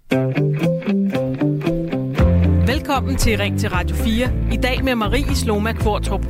Velkommen til Ring til Radio 4. I dag med Marie Sloma Kvartrup.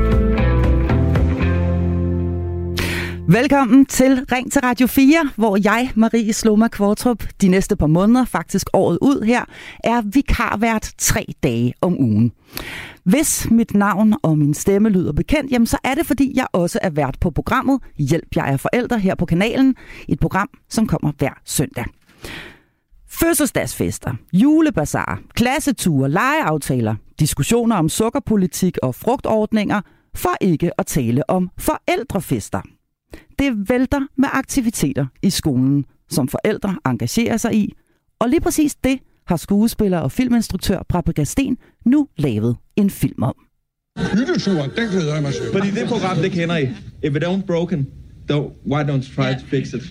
Velkommen til Ring til Radio 4, hvor jeg, Marie Sloma Kvartrup, de næste par måneder, faktisk året ud her, er vikarvært 3 dage om ugen. Hvis mit navn og min stemme lyder bekendt, jamen så er det, fordi jeg også er vært på programmet Hjælp, jeg er forældre her på kanalen. Et program, som kommer hver søndag. Fødselsdagsfester, julebazar, klasseture, legeaftaler, diskussioner om sukkerpolitik og frugtordninger, for ikke at tale om forældrefester. Det vælter med aktiviteter i skolen, som forældre engagerer sig i, og lige præcis det har skuespiller og filminstruktør Paprika Steen nu lavet en film om. Hytteturen, den glæder jeg mig til. Fordi det program, det kender I. If it don't broken, why don't you try to fix it?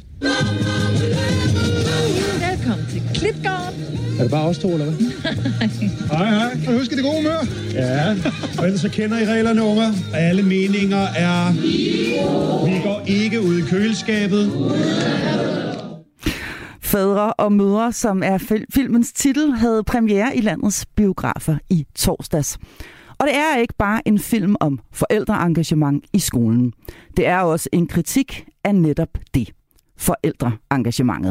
Velkommen til Klitgården. Er det bare os to, eller hvad? Hej. Og husk det gode humør. Ja, og ellers så kender I reglerne, unger. Alle meninger er... Vi går ikke ud i køleskabet. Fædre og mødre, som er filmens titel, havde premiere i landets biografer i torsdags. Og det er ikke bare en film om forældreengagement i skolen. Det er også en kritik af netop det, forældreengagementet.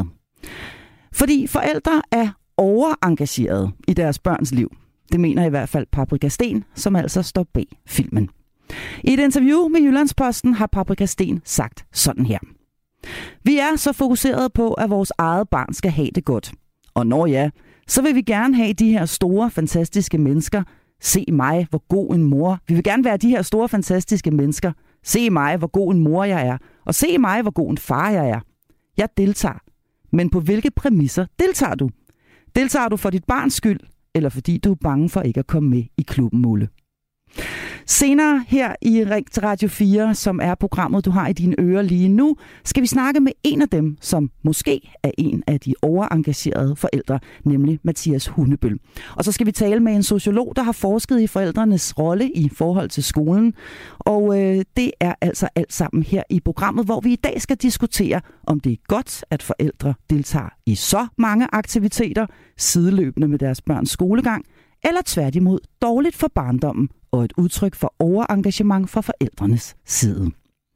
Fordi forældre er overengagerede i deres børns liv. Det mener i hvert fald Paprika Steen, som altså står bag filmen. I et interview med Jyllandsposten har Paprika Steen sagt sådan her. Vi er så fokuseret på, at vores eget barn skal have det godt. Og når ja, så vil vi gerne have de her store, fantastiske mennesker. Se mig, hvor god en mor. Vi vil gerne være de her store, fantastiske mennesker. Se mig, hvor god en mor jeg er. Og se mig, hvor god en far jeg er. Jeg deltager. Men på hvilke præmisser deltager du? Deltager du for dit barns skyld, eller fordi du er bange for ikke at komme med i klubben, Mulle? Senere her i Ring til Radio 4, som er programmet, du har i dine ører lige nu, skal vi snakke med en af dem, som måske er en af de overengagerede forældre, nemlig Mathias Hundebøl. Og så skal vi tale med en sociolog, der har forsket i forældrenes rolle i forhold til skolen. Og det er altså alt sammen her i programmet, hvor vi i dag skal diskutere, om det er godt, at forældre deltager i så mange aktiviteter, sideløbende med deres børns skolegang, eller tværtimod dårligt for barndommen og et udtryk for overengagement fra forældrenes side.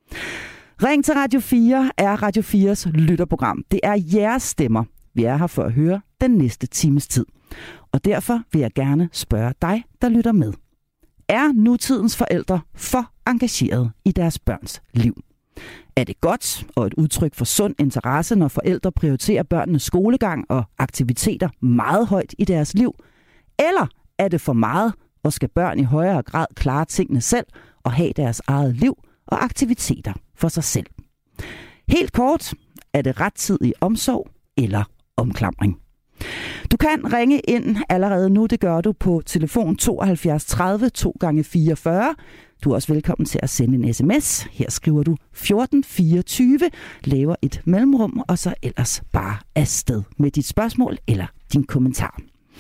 Ring til Radio 4 er Radio 4's lytterprogram. Det er jeres stemmer. Vi er her for at høre den næste times tid. Og derfor vil jeg gerne spørge dig, der lytter med. Er nutidens forældre for engageret i deres børns liv? Er det godt og et udtryk for sund interesse, når forældre prioriterer børnenes skolegang og aktiviteter meget højt i deres liv? Eller er det for meget, og skal børn i højere grad klare tingene selv og have deres eget liv og aktiviteter for sig selv? Helt kort, er det rettidig omsorg eller omklamring? Du kan ringe ind allerede nu, det gør du på telefon 72 30 2 gange 44. Du er også velkommen til at sende en sms. Her skriver du 1424, laver et mellemrum, og så ellers bare afsted med dit spørgsmål eller din kommentar.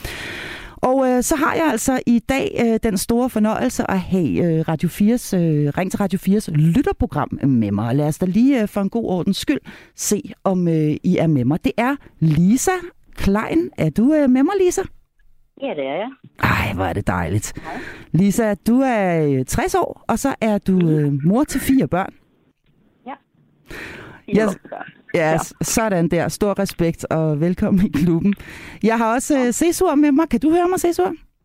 Og så har jeg altså i dag den store fornøjelse at have Radio 4's, Ring til Radio 4's lytterprogram med mig. Lad os da lige for en god ordens skyld se, om I er med mig. Det er Lisa Klein. Er du med mig, Lisa? Ja, det er jeg. Ej, hvor er det dejligt. Ja. Lisa, du er 60 år, og så er du mor til 4 børn. Ja. 4 børn. Ja, sådan der. Stor respekt og velkommen i klubben. Jeg har også Cesur med mig. Kan du høre mig, Cesur?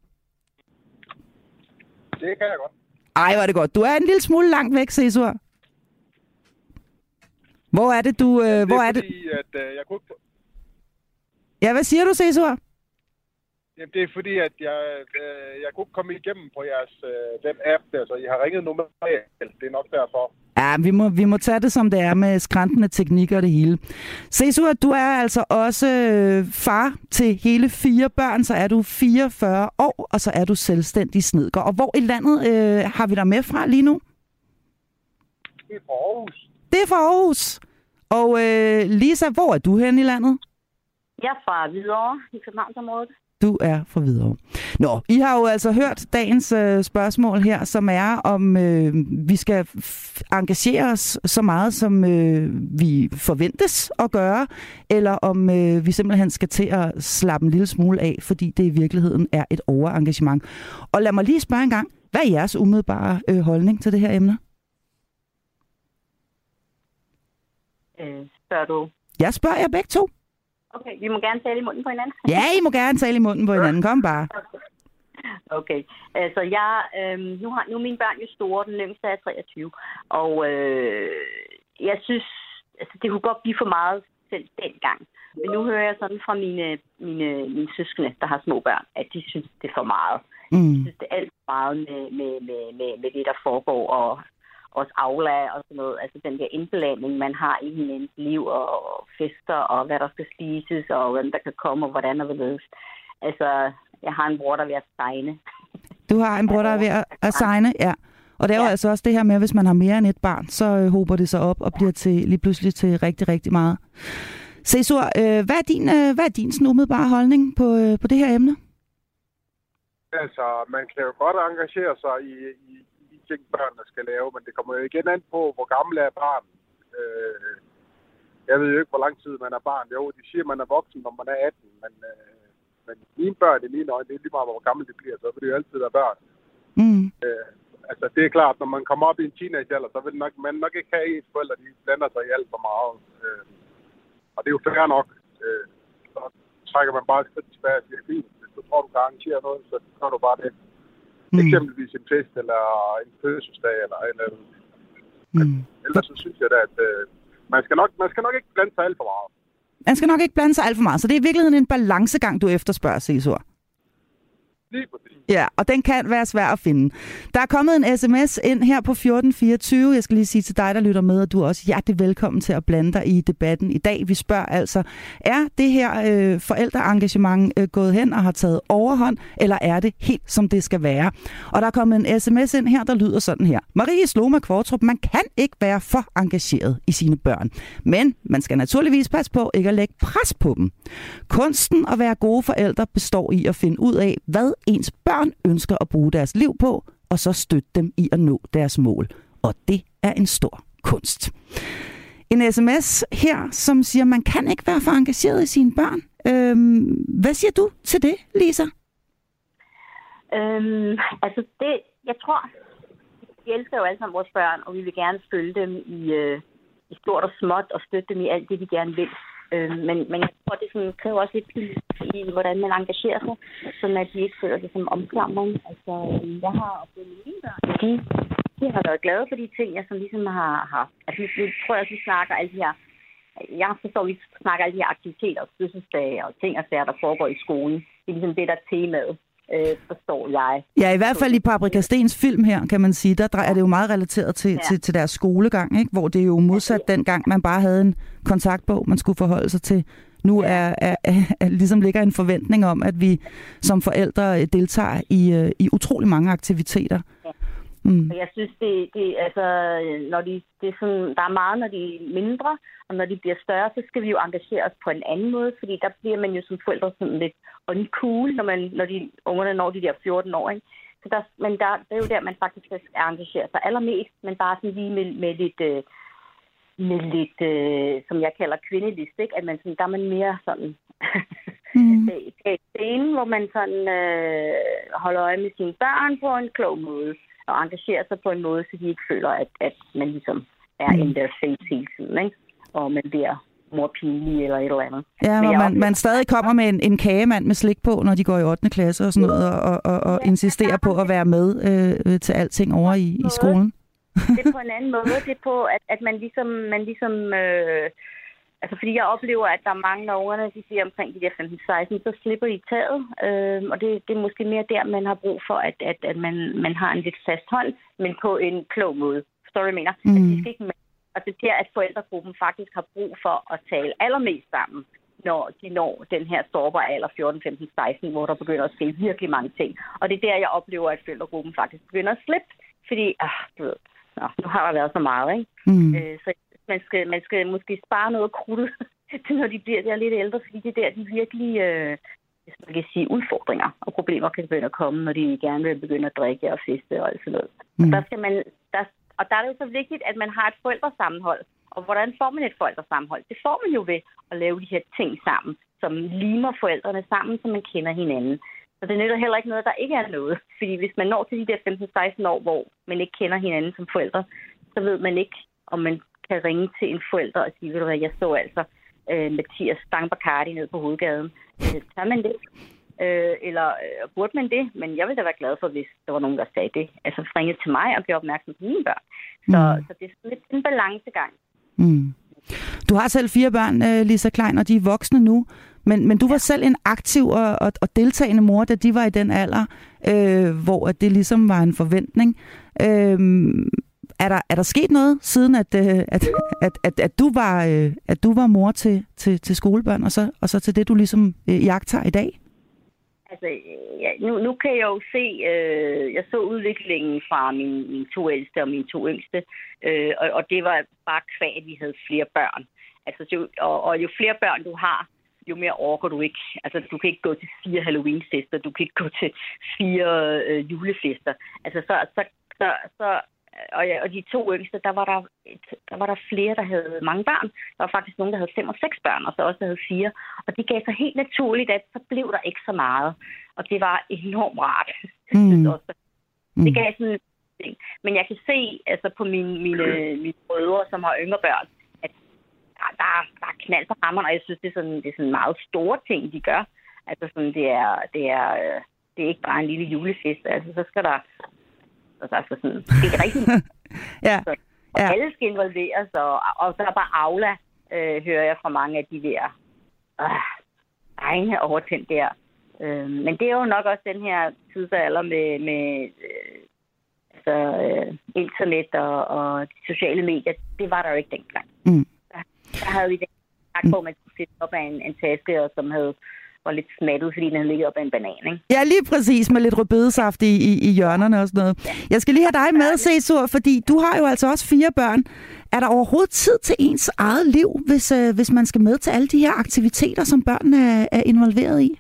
Det kan jeg godt. Ej, hvor er det godt. Du er en lille smule langt væk, Cesur. Hvor er det, du... Det er hvor er fordi, det? at jeg kunne... Ja, hvad siger du, Cesur? Jamen, det er fordi, at jeg kunne ikke komme igennem på jeres den app der, så I har ringet nummer. Det er nok derfor. Ja, vi må tage det, som det er med skræntende teknikker og det hele. Cesur, du er altså også far til hele 4 børn, så er du 44 år, og så er du selvstændig snedker. Og hvor i landet har vi dig med fra lige nu? Det er fra Aarhus. Det er fra Aarhus. Og Lisa, hvor er du henne i landet? Jeg er fra Hvidovre i Københavnsområdet. Du er fra Hvidovre. Nå, I har jo altså hørt dagens spørgsmål her, som er, om vi skal engagere os så meget, som vi forventes at gøre, eller om vi simpelthen skal til at slappe en lille smule af, fordi det i virkeligheden er et overengagement. Og lad mig lige spørge en gang, hvad er jeres umiddelbare holdning til det her emne? Spørger du? Jeg spørger jer begge to. Okay, vi må gerne tale i munden på hinanden. Ja, I må gerne tale i munden på hinanden. Kom bare. Okay, altså nu er mine børn jo store, den yngste er 23, og jeg synes, altså, det kunne godt blive for meget selv dengang. Men nu hører jeg sådan fra mine søskende, der har små børn, at de synes, det er for meget. Jeg synes, det er alt for meget med det, der foregår, og også aula og sådan noget. Altså den der indblanding, man har i hinandens liv, og fester, og hvad der skal spises, og hvem der kan komme, og hvordan og hvorledes. Altså, jeg har en bror, der er ved at segne. Du har en bror, der er ved at segne, ja. Og det er jo altså også det her med, hvis man har mere end et barn, så hober det sig op og bliver lige pludselig til rigtig, rigtig meget. Cesur, hvad er din sådan umiddelbare holdning på det her emne? Altså, man kan jo godt engagere sig i ting, børnene skal lave, men det kommer jo igen an på, hvor gammel er barnet. Jeg ved jo ikke, hvor lang tid man er barn. Jo, de siger, at man er voksen, når man er 18, men mine børn i mine øjne, det er lige meget, hvor gammel de bliver, så vil det jo altid være børn. Altså, det er klart, når man kommer op i en teenagealder, så vil man nok ikke have ens forældre, de blander sig i alt for meget. Og det er jo fair nok. Så trækker man bare et skridt tilbage og siger, fint, hvis du tror, du kan arrangere noget, så gør du bare det. Eksempelvis en fest eller en fødselsdag eller en eller andet. Ellers så synes jeg da, at man skal nok ikke blande sig alt for meget. Man skal nok ikke blande sig alt for meget, så det er i virkeligheden en balancegang, du efterspørger, Cesur. Lige præcis. Ja, og den kan være svær at finde. Der er kommet en sms ind her på 1424. Jeg skal lige sige til dig, der lytter med, at du er også hjertelig velkommen til at blande dig i debatten i dag. Vi spørger altså, er det her forældreengagement gået hen og har taget overhånd, eller er det helt som det skal være? Og der er kommet en sms ind her, der lyder sådan her. Marie Sloma Kvartrup, man kan ikke være for engageret i sine børn, men man skal naturligvis passe på ikke at lægge pres på dem. Kunsten at være gode forældre består i at finde ud af, hvad ens børn ønsker at bruge deres liv på, og så støtte dem i at nå deres mål. Og det er en stor kunst. En sms her, som siger, at man kan ikke være for engageret i sine børn. Hvad siger du til det, Lisa? Altså det, jeg tror, vi elsker jo alle sammen vores børn, og vi vil gerne følge dem i stort og småt, og støtte dem i alt det, de gerne vil. Men jeg tror, det sådan, kræver også lidt i, hvordan man engagerer sig, sådan at de ikke føler det som omklamring. Altså, jeg har oplevet mine børn. De har været glade for de ting, jeg som ligesom har. Altså, nu tror jeg, at vi snakker alle de her. Jeg forstår, at vi snakker alle de her aktiviteter og fødselsdage og ting og sager, der foregår i skolen. Det er ligesom det, der er temaet. Forstår jeg. Ja, i hvert fald i Paprika Stens film her, kan man sige, der er det jo meget relateret til deres skolegang, ikke? Hvor det er jo modsat dengang, man bare havde en kontaktbog, man skulle forholde sig til. Nu er ligesom ligger en forventning om, at vi som forældre deltager i utrolig mange aktiviteter. Ja. Jeg synes, altså, når det er sådan, der er meget, når de er mindre, og når de bliver større, så skal vi jo engagere os på en anden måde, fordi der bliver man jo som forældre sådan lidt uncool, når ungerne når de der 14 år. Ikke? Så det er jo der, man faktisk skal engagere sig allermest, men bare sådan lige med lidt som jeg kalder kvindelist, ikke? At man sådan, der er man mere sådan et scene, hvor man sådan holder øje med sine børn på en klog måde, og engagerer sig på en måde, så de ikke føler, at man ligesom er in their face hele tiden, ikke? Og man bliver morpinlig eller et eller andet. Ja, hvor man stadig kommer med en kagemand med slik på, når de går i 8. klasse og sådan noget, og insisterer på at være med til alting over i skolen. Det er på en anden måde. Det er på, at man ligesom altså fordi jeg oplever, at der er mange af ungerne, de siger omkring de der 15-16, så slipper de taget. Og det er måske mere der, man har brug for, at man har en lidt fast hånd, men på en klog måde. Forstår du, hvad jeg mener? At de skal ikke med. Og det er, at forældregruppen faktisk har brug for at tale allermest sammen, når de når den her sårbare alder 14, 15, 16, hvor der begynder at ske virkelig mange ting. Og det er der, jeg oplever, at forældregruppen faktisk begynder at slippe. Fordi, du ved, nu har der været så meget, ikke? Så man skal måske spare noget krudt til, når de bliver der lidt ældre, fordi det er der, de virkelig hvis man kan sige, udfordringer og problemer kan begynde at komme, når de gerne vil begynde at drikke og feste og alt sådan noget. Og der er det jo så vigtigt, at man har et forældresammenhold. Og hvordan får man et forældresammenhold? Det får man jo ved at lave de her ting sammen, som limer forældrene sammen, så man kender hinanden. Så det nytter heller ikke noget, der ikke er noget. Fordi hvis man når til de der 15-16 år, hvor man ikke kender hinanden som forældre, så ved man ikke, om man kan ringe til en forælder og sige, ved du hvad, jeg så altså Mathias Stang Bacardi ned på hovedgaden. Tør man det? Eller burde man det? Men jeg ville da være glad for, hvis der var nogen, der sagde det. Altså ringede til mig og gjorde opmærksom på mine børn. Så det er lidt en balancegang. Mm. Du har selv 4 børn, Lisa Klein, og de er voksne nu. Men du var selv en aktiv og deltagende mor, da de var i den alder, hvor det ligesom var en forventning. Er der sket noget siden, at du var mor til skolebørn, og så til det, du ligesom iagttager i dag? Altså, nu kan jeg jo se, jeg så udviklingen fra mine 2 ældste og mine 2 yngste, og det var bare kvad, at vi havde flere børn. Altså, og jo flere børn du har, jo mere orker du ikke. Altså, du kan ikke gå til 4 Halloween-fester, du kan ikke gå til 4 julefester. Altså, og de 2 yngste, der var der flere, der havde mange børn. Der var faktisk nogen, der havde 5 og 6 børn, og så også der havde 4. Og det gav sig helt naturligt, at så blev der ikke så meget. Og det var enormt rart. Det gav sådan en ting. Men jeg kan se altså på mine brødre, som har yngre børn, at der er knald på hammeren, og jeg synes, det er sådan meget store ting, de gør. Altså sådan, det er ikke bare en lille julefest. Altså, så skal der altså sådan, det er rigtigt. Ja. Alle skal involveres, og så er der bare Aula, hører jeg fra mange af de der egne overtændt der. Men det er jo nok også den her tidsalder med internet og de sociale medier. Det var der jo ikke dengang. Der havde vi den tak på, at man kunne sætte op af en taske, og som var lidt smattet, fordi den havde ligget op af en banan, ikke? Ja, lige præcis, med lidt rødbedesaft i hjørnerne og sådan noget. Ja. Jeg skal lige have dig med, Cesur, fordi du har jo altså også 4 børn. Er der overhovedet tid til ens eget liv, hvis man skal med til alle de her aktiviteter, som børnene er involveret i?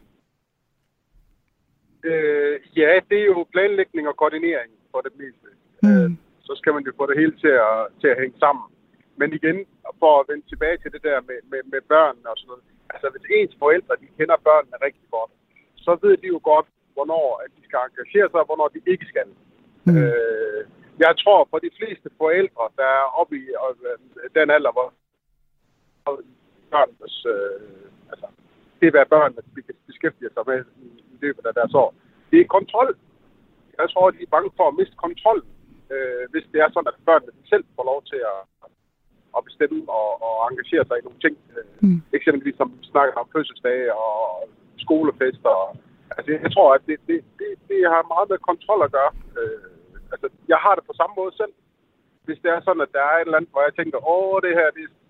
Ja, det er jo planlægning og koordinering for det meste. Så skal man jo få det hele til at hænge sammen. Men igen, for at vende tilbage til det der med børn og sådan noget. Altså, hvis ens forældre, de kender børnene rigtig godt, så ved de jo godt, hvornår de skal engagere sig, og hvornår de ikke skal. Jeg tror, for de fleste forældre, der er oppe i den alder, hvor børnenes, det hvad børnene beskæftiger sig med i løbet af deres år, det er kontrol. Jeg tror, de er bange for at miste kontrol, hvis det er sådan, at børnene selv får lov til at bestemme og engagere sig i nogle ting. Eksempelvis som vi snakker om fødselsdage og skolefester. Altså, jeg tror, at det har meget med kontrol at gøre. Altså, jeg har det på samme måde selv. Hvis det er sådan, at der er et eller andet, hvor jeg tænker, det her,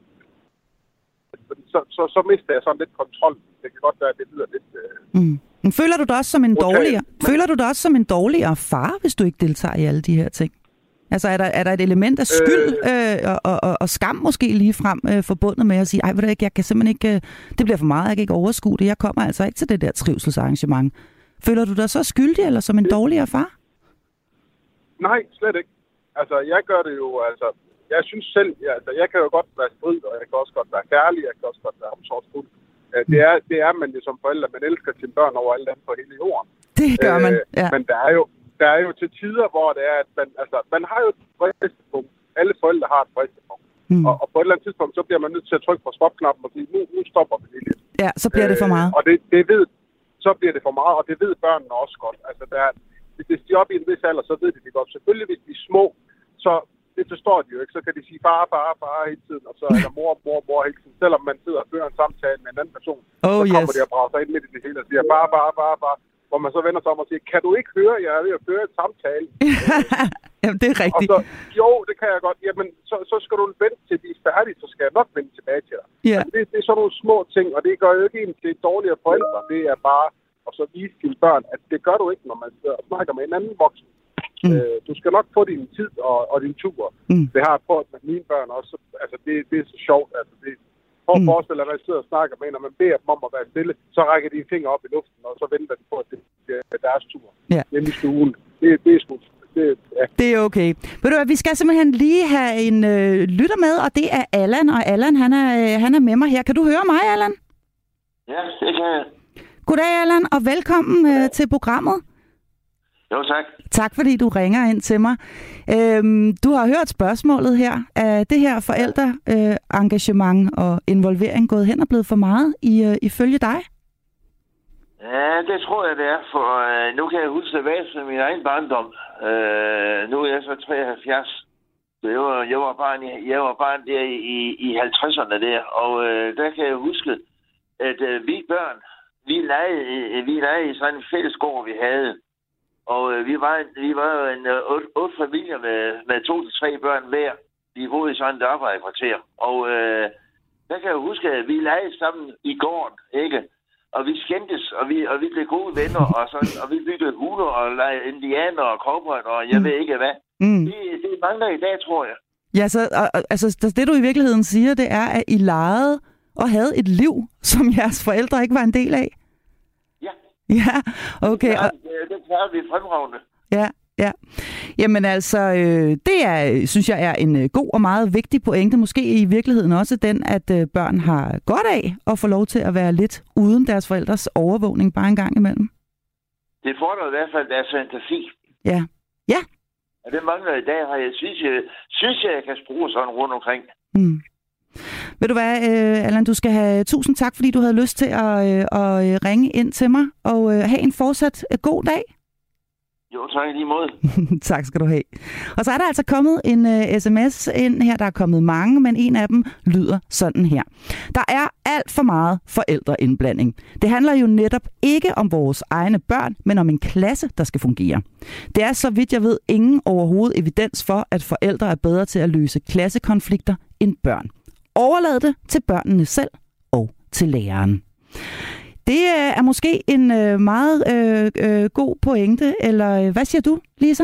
så mister jeg sådan lidt kontrol. Det kan godt være, at det lyder lidt... Men føler du dig også som en dårligere far, hvis du ikke deltager i alle de her ting? Altså er der et element af skyld og skam måske lige frem forbundet med at sige, ved du ikke, jeg kan simpelthen ikke, det bliver for meget, jeg kan ikke overskue det, jeg kommer altså ikke til det der trivselsarrangement. Føler du dig så skyldig eller som en dårligere far? Nej, slet ikke. Altså jeg gør det jo, altså jeg synes selv, jeg kan jo godt være strid, og jeg kan også godt være kærlig, jeg kan også godt være omsorgsfuld. Det er man jo som forældre, man elsker sine børn over alt andet på hele jorden. Det gør man, ja. Men der er jo til tider, hvor det er, at man har jo et bristepunkt. Alle forældre har et bristepunkt. Og på et eller andet tidspunkt, så bliver man nødt til at trykke på stopknappen og sige, nu stopper vi lidt. Ja, så bliver det for meget. Og så bliver det for meget, og det ved børnene også godt. Altså, hvis de er oppe i en vis alder, så ved de det godt. Selvfølgelig, hvis de er små, så det forstår de jo ikke. Så kan de sige far hele tiden, og så er der mor hele tiden. Selvom man sidder og fører en samtale med en anden person, så kommer de og brager sig ind midt i det hele og siger far. Hvor man så vender sig om og siger, kan du ikke høre, jeg er ved at føre en samtale? Jamen, det er rigtigt. Og så, jo, det kan jeg godt. Jamen, så skal du vente til de er færdige, så skal jeg nok vende tilbage til dig. Yeah. Altså, det er sådan nogle små ting, og det gør jo ikke en til dårligere forældre. Det er bare at så vise dine børn, at det gør du ikke, når man snakker med en anden voksen. Du skal nok få din tid og din tur. Det har jeg prøvet med mine børn også. Altså, det er så sjovt. Altså, Prøv at forestille dig, hvad jeg sidder og snakker med, når man beder dem om at være stille, så rækker de fingre op i luften, og så venter de på, at det er deres tur. Ja. Hjemme i stuen. Det er sgu... Det er okay. Ved du hvad, vi skal simpelthen lige have en lytter med, og det er Allan. Og Allan, han er med mig her. Kan du høre mig, Allan? Ja, det kan jeg. Goddag, Allan, og velkommen til programmet. Jo, tak. Tak, fordi du ringer ind til mig. Du har hørt spørgsmålet her. Er det her forældreengagement og involvering gået hen og blevet for meget ifølge dig? Ja, det tror jeg, det er, for nu kan jeg huske tilbage til min egen barndom. Nu er jeg så 73. Så jeg var barn der i 50'erne der, og der kan jeg huske, at vi børn, vi legede i sådan en fælles gård, vi havde. Og vi var jo en 8 familier med 2 til 3 børn hver. Vi boede i sådan et arbejderkvarter. Og der kan jeg huske, at vi legede sammen i gården, ikke? Og vi skændtes, og vi blev gode venner, og vi byggede huler og legede indianer og cowboy, og jeg ved ikke hvad. Det mangler i dag, tror jeg. Ja, så altså, det du i virkeligheden siger, det er, at I legede og havde et liv, som jeres forældre ikke var en del af? Ja. Ja, okay. Det klarer vi fremragende. Ja. Jamen altså, det synes jeg er en god og meget vigtig pointe. Måske i virkeligheden også den, at børn har godt af at få lov til at være lidt uden deres forældres overvågning bare en gang imellem. Det fordrer i hvert fald deres fantasi. Ja. Og det mangler i dag, har jeg synes jeg kan spruge sådan rundt omkring. Ved du hvad, Allan, du skal have tusind tak, fordi du havde lyst til at ringe ind til mig, og have en fortsat god dag. Jo, tak i lige måde. Tak skal du have. Og så er der altså kommet en sms ind her, der er kommet mange, men en af dem lyder sådan her. Der er alt for meget forældreindblanding. Det handler jo netop ikke om vores egne børn, men om en klasse, der skal fungere. Det er, så vidt jeg ved, ingen overhovedet evidens for, at forældre er bedre til at løse klassekonflikter end børn. Overlad det til børnene selv og til læreren. Det er måske en meget god pointe, eller hvad siger du, Lisa?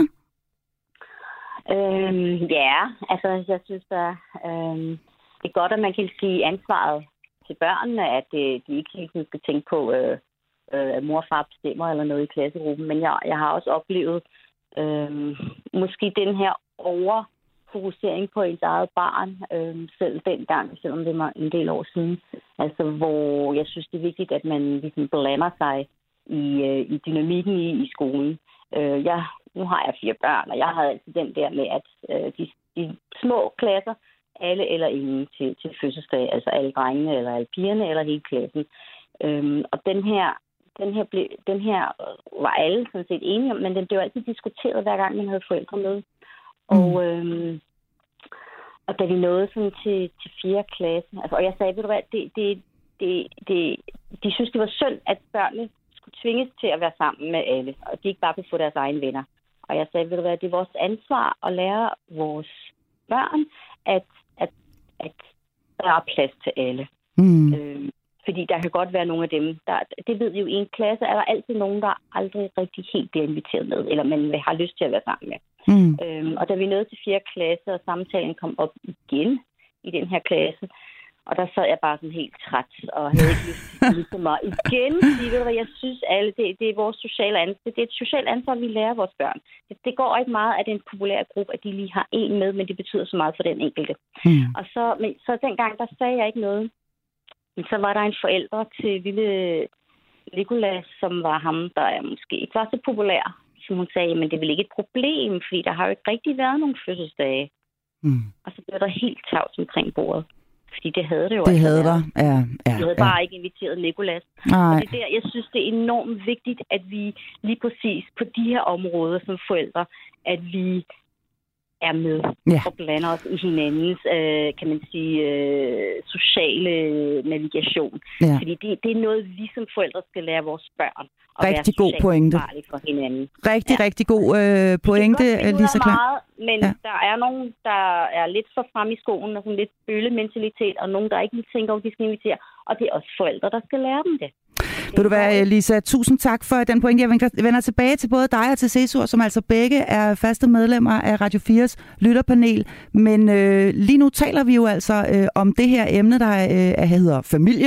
Ja, altså jeg synes, at det er godt, at man kan give ansvaret til børnene, at de ikke helt skal tænke på, at mor og far bestemmer eller noget i klassegruppen. Men jeg har også oplevet måske den her fokusering på ens eget barn, selv dengang, selvom det var en del år siden. Altså, hvor jeg synes, det er vigtigt, at man ligesom blander sig i dynamikken i skolen. Nu har jeg 4 børn, og jeg havde altid den der med, at de små klasser, alle eller ingen til fødselsdag, altså alle drengene eller alle pigerne eller hele klassen. Og den her var alle sådan set enige om, men den blev altid diskuteret, hver gang man havde forældre med. Og da vi nåede sådan til 4. klasse, altså, og jeg sagde, ved du hvad, de synes, det var synd, at børnene skulle tvinges til at være sammen med alle, og de ikke bare kunne få deres egne venner. Og jeg sagde, ved du hvad, det er vores ansvar at lære vores børn, at der er plads til alle. Fordi der kan godt være nogle af dem, det ved vi jo, i en klasse er der altid nogen, der aldrig rigtig helt bliver inviteret med, eller man har lyst til at være sammen med. Og da vi nåede til 4. klasse, og samtalen kom op igen i den her klasse, og der sad jeg bare sådan helt træt, og havde ikke lyst til så meget igen. Ved du hvad, jeg synes alle, det er vores sociale ansvar. Det er et socialt ansvar, vi lærer vores børn. Det går ikke meget, at det er en populær gruppe, at de lige har en med, men det betyder så meget for den enkelte. Og så dengang, der sagde jeg ikke noget. Men så var der en forælder til lille Nicolas, som var ham, der måske ikke var så populær. Som hun sagde, men det er vel ikke et problem, fordi der har jo ikke rigtig været nogen fødselsdage. Og så blev der helt tavs omkring bordet. Fordi det havde det jo. Det havde der, ja. De havde bare ikke inviteret Nicolas. Og det er der, jeg synes, det er enormt vigtigt, at vi lige præcis på de her områder som forældre, at vi er med og blander os i hinandens, kan man sige, sociale navigation. Ja. Fordi det er noget, vi som forældre skal lære vores børn. Rigtig god pointe. For hinanden. Rigtig god pointe, Lisa Klar. Men der er nogen, der er lidt for frem i skolen, og sådan lidt bøllementalitet, og nogen, der ikke tænker over, de skal invitere. Og det er også forældre, der skal lære dem det. Vil du være, Lisa, tusind tak for den point. Jeg vender tilbage til både dig og til Cesur, som altså begge er faste medlemmer af Radio 4's lytterpanel. Men lige nu taler vi jo altså om det her emne, der hedder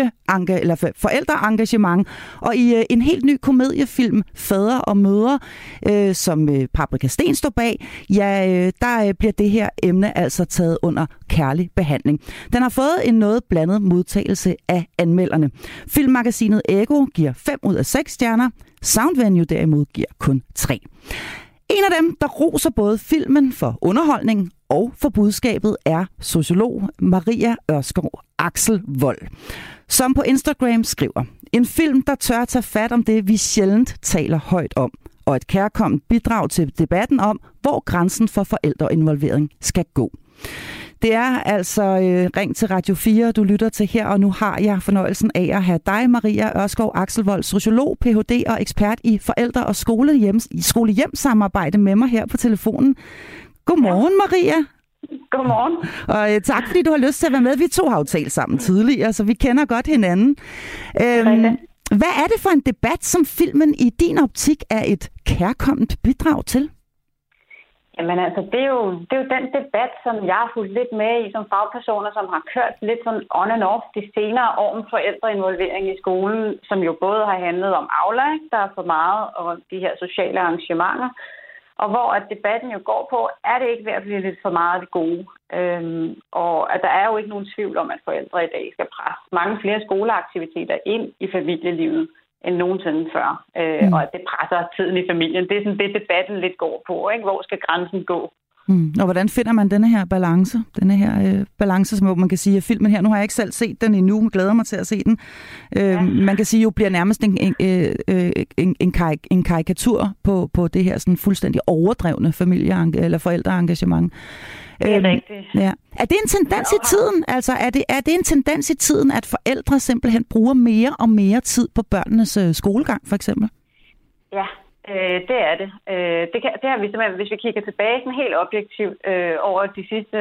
forældreengagement. Og i en helt ny komediefilm, Fædre og mødre, som Paprika Steen står bag, der bliver det her emne altså taget under kærlig behandling. Den har fået en noget blandet modtagelse af anmelderne. Filmmagasinet Ego giver 5 ud af 6 stjerner. Soundvenue derimod giver kun 3. En af dem, der roser både filmen for underholdning og for budskabet, er sociolog Maria Ørskov Axelvold, som på Instagram skriver: en film, der tør tage fat om det, vi sjældent taler højt om, og et kærkomment bidrag til debatten om, hvor grænsen for forældreinvolvering skal gå. Det er altså Ring til Radio 4, du lytter til her, og nu har jeg fornøjelsen af at have dig, Maria Ørskov Axelvold, sociolog, Ph.D. og ekspert i forældre- og skole-hjem-samarbejde med mig her på telefonen. Godmorgen, Maria. Godmorgen. Og tak, fordi du har lyst til at være med. Vi to har jo talt sammen tidligere, så vi kender godt hinanden. Hvad er det for en debat, som filmen i din optik er et kærkomment bidrag til? Jamen altså, det er jo den debat, som jeg har fulgt lidt med i som fagpersoner, som har kørt lidt sådan on and off de senere år om forældreinvolvering i skolen, som jo både har handlet om Aula, der er for meget, og de her sociale arrangementer, og hvor at debatten jo går på, er det ikke ved at blive lidt for meget af det gode? Og at der er jo ikke nogen tvivl om, at forældre i dag skal presse mange flere skoleaktiviteter ind i familielivet end nogensinde før, og at det presser tiden i familien. Det er sådan det, debatten lidt går på, ikke? Hvor skal grænsen gå? Og hvordan finder man denne her balance, som man kan sige, at filmen her, nu har jeg ikke selv set den endnu, men glæder mig til at se den. Man kan sige, jo bliver nærmest en karikatur på det her sådan fuldstændig overdrevne eller forældreengagement. Det er rigtigt. Ja. Er det en tendens i tiden? Altså, er det en tendens i tiden, at forældre simpelthen bruger mere og mere tid på børnenes skolegang, for eksempel? Ja, det er det. Det har vi simpelthen, hvis vi kigger tilbage sådan helt objektivt over de sidste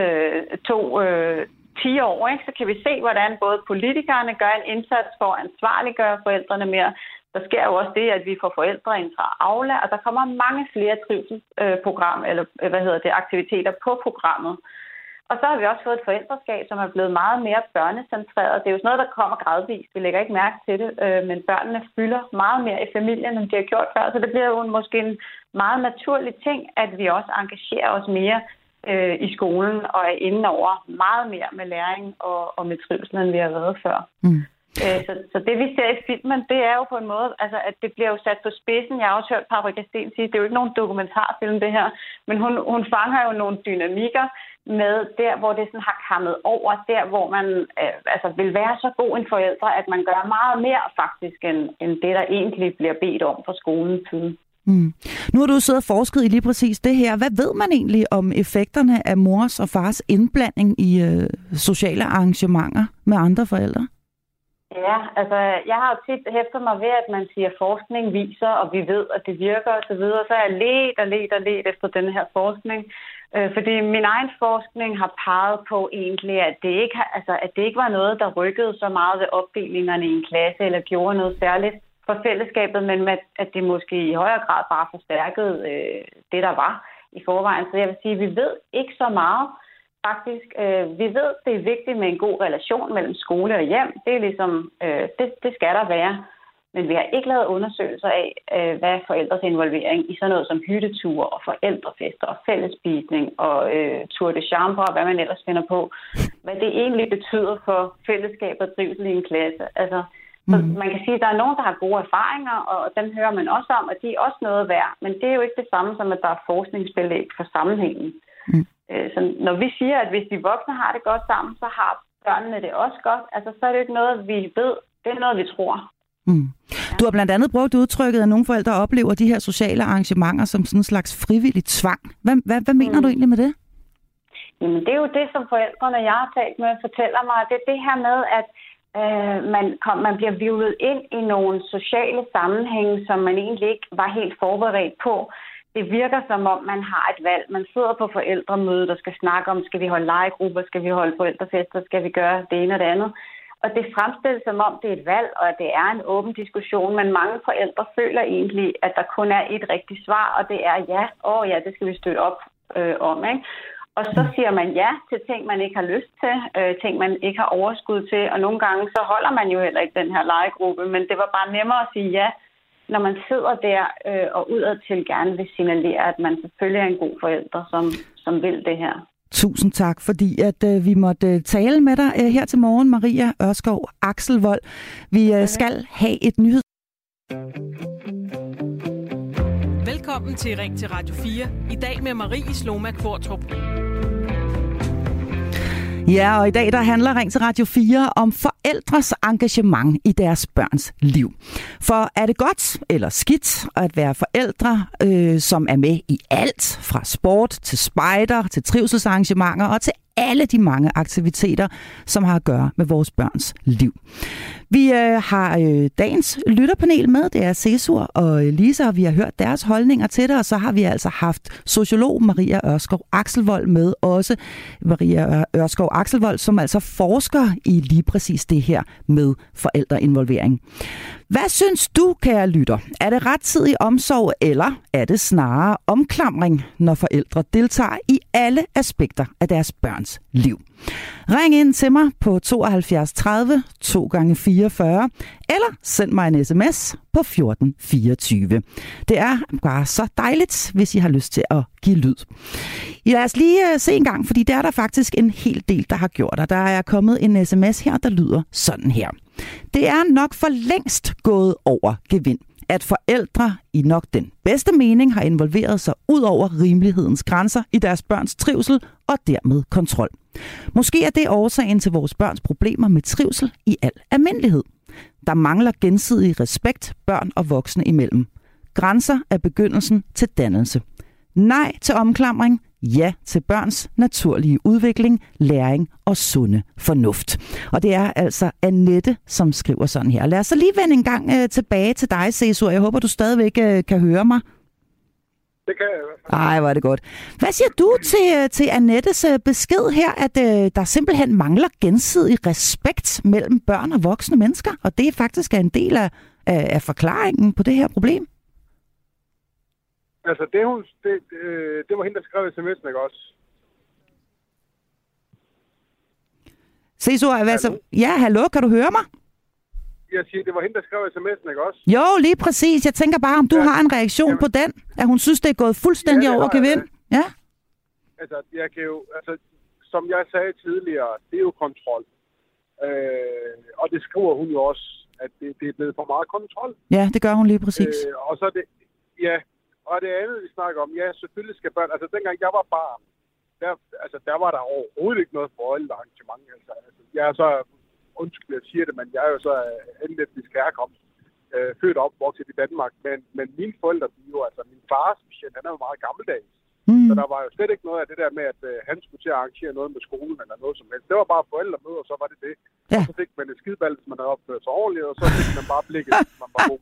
10 år, ikke, så kan vi se, hvordan både politikerne gør en indsats for at ansvarliggøre forældrene mere. Der sker jo også det, at vi får forældre ind fra Aula, og der kommer mange flere aktiviteter på programmet. Og så har vi også fået et forældreskab, som er blevet meget mere børnecentreret. Det er jo sådan noget, der kommer gradvist. Vi lægger ikke mærke til det, men børnene fylder meget mere i familien, end de har gjort før. Så det bliver jo måske en meget naturlig ting, at vi også engagerer os mere i skolen og er inde over meget mere med læring og med trivsel, end vi har været før. Så det, vi ser i filmen, det er jo på en måde, altså, at det bliver jo sat på spidsen. Jeg har også hørt Paprika Steen sige, det er jo ikke nogen dokumentarfilm, det her, men hun fanger jo nogle dynamikker med der, hvor det sådan har kammet over, der, hvor man vil være så god en forældre, at man gør meget mere faktisk, end det, der egentlig bliver bedt om fra skolens side. Nu har du siddet og forsket i lige præcis det her. Hvad ved man egentlig om effekterne af mors og fars indblanding i sociale arrangementer med andre forældre? Ja, altså jeg har jo tit hæftet mig ved, at man siger, at forskning viser, og vi ved, at det virker osv. Så har jeg let efter den her forskning. Fordi min egen forskning har peget på egentlig, at det ikke var noget, der rykkede så meget ved opdelingerne i en klasse, eller gjorde noget særligt for fællesskabet, men at det måske i højere grad bare forstærkede det, der var i forvejen. Så jeg vil sige, at vi ved ikke så meget. Faktisk, vi ved, det er vigtigt med en god relation mellem skole og hjem. Det er ligesom, det skal der være. Men vi har ikke lavet undersøgelser af, hvad forældres involvering i sådan noget som hytteture og forældrefester og fællesspisning og tour de chambre og hvad man ellers finder på, hvad det egentlig betyder for fællesskab og trivsel i en klasse. Altså, så man kan sige, at der er nogen, der har gode erfaringer, og dem hører man også om, og de er også noget værd. Men det er jo ikke det samme som, at der er forskningsbelæg for sammenhængen. Så når vi siger, at hvis de voksne har det godt sammen, så har børnene det også godt. Altså, så er det ikke noget, vi ved. Det er noget, vi tror. Du har blandt andet brugt udtrykket, at nogle forældre oplever de her sociale arrangementer som sådan en slags frivillig tvang. Hvad mener du egentlig med det? Jamen, det er jo det, som forældrene, jeg har talt med, fortæller mig. Det er det her med, at man bliver hvirvlet ind i nogle sociale sammenhænge, som man egentlig ikke var helt forberedt på. Det virker som om, man har et valg. Man sidder på forældremøde, der skal snakke om, skal vi holde legegrupper, skal vi holde forældrefester, skal vi gøre det ene og det andet. Og det fremstilles som om, det er et valg, og at det er en åben diskussion, men mange forældre føler egentlig, at der kun er et rigtigt svar, og det er ja, det skal vi støtte op om, ikke? Og så siger man ja til ting, man ikke har lyst til, ting, man ikke har overskud til, og nogle gange så holder man jo heller ikke den her legegruppe, men det var bare nemmere at sige ja, når man sidder der og udadtil gerne vil signalere, at man selvfølgelig er en god forælder, som vil det her. Tusind tak, fordi at vi måtte tale med dig her til morgen, Maria Ørskov Axelvold. Vi skal have et nyhed. Velkommen til Ring til Radio 4. I dag med Marie Sloma Kvartrup. Ja, og i dag der handler Ring til Radio 4 om forældres engagement i deres børns liv. For er det godt eller skidt at være forældre, som er med i alt, fra sport til spejder, til trivselsarrangementer og til alle de mange aktiviteter, som har at gøre med vores børns liv. Vi har dagens lytterpanel med, det er Cesur og Lisa, og vi har hørt deres holdninger til det, og så har vi altså haft sociolog Maria Ørskov Axelvold med, også Maria Ørskov Axelvold, som altså forsker i lige præcis det her med forældreinvolvering. Hvad synes du, kære lytter? Er det rettidig omsorg, eller er det snarere omklamring, når forældre deltager i alle aspekter af deres børns liv? Ring ind til mig på 72 30 2x44, eller send mig en sms på 1424. Det er bare så dejligt, hvis I har lyst til at give lyd. Lad os lige se en gang, fordi der er der faktisk en hel del, der har gjort, og der er kommet en sms her, der lyder sådan her. Det er nok for længst gået over gevind, at forældre i nok den bedste mening har involveret sig ud over rimelighedens grænser i deres børns trivsel og dermed kontrol. Måske er det årsagen til vores børns problemer med trivsel i al almindelighed. Der mangler gensidig respekt børn og voksne imellem. Grænser er begyndelsen til dannelse. Nej til omklamring, ja til børns naturlige udvikling, læring og sunde fornuft. Og det er altså Annette, som skriver sådan her. Lad os så lige vende en gang tilbage til dig, Cesur. Jeg håber, du stadigvæk kan høre mig. Det kan jeg. Ej, hvor er det godt. Hvad siger du til Annettes besked her, at der simpelthen mangler gensidig respekt mellem børn og voksne mennesker, og det faktisk er en del af forklaringen på det her problem? Altså, det var hende, der skrev sms'en, ikke også? Cesur, ja, hallo, kan du høre mig? Jeg siger, det var hende, der skrev sms'en, ikke også? Jo, lige præcis. Jeg tænker bare, om du har en reaktion på den, at hun synes, det er gået fuldstændig over gevind. Ja. Altså, jeg kan jo, som jeg sagde tidligere, det er jo kontrol. Og det skriver hun jo også, at det er blevet for meget kontrol. Ja, det gør hun lige præcis. Og så det, ja, og det andet, vi snakker om, ja, selvfølgelig skal børn, altså dengang jeg var barn, der var der overhovedet ikke noget forældrearrangement. Altså, jeg er så, undskyld, jeg siger det, men jeg er jo så anden etnisk herkomst, født og opvokset i Danmark, men mine forældre, min far specielt, han er jo meget gammeldags. Så der var jo slet ikke noget af det der med, at han skulle til at arrangere noget med skolen eller noget som helst. Det var bare forældremøder, og så var det det. Ja. Og så fik man et skideball, hvis man havde opført sig ordentligt, og så fik man bare blikket, hvis man var god.